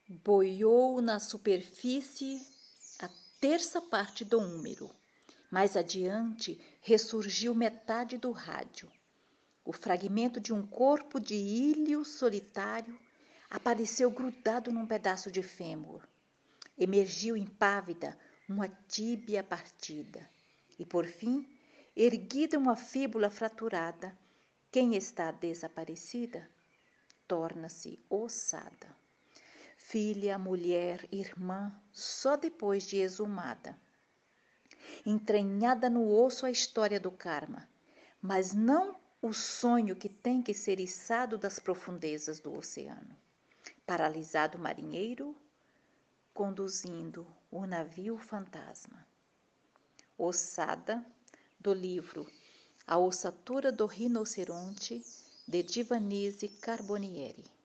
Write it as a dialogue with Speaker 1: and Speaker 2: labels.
Speaker 1: Boiou na superfície a terça parte do húmero. Mais adiante, ressurgiu metade do rádio. O fragmento de um corpo de ílio solitário apareceu grudado num pedaço de fêmur. Emergiu impávida uma tíbia partida. E, por fim, erguida uma fíbula fraturada, quem está desaparecida torna-se ossada. Filha, mulher, irmã, só depois de exumada. Entranhada no osso a história do karma, mas não o sonho que tem que ser içado das profundezas do oceano. Paralisado o marinheiro, conduzindo o navio fantasma. Ossada, do livro A Ossatura do Rinoceronte, de Dionísio Carbonieri.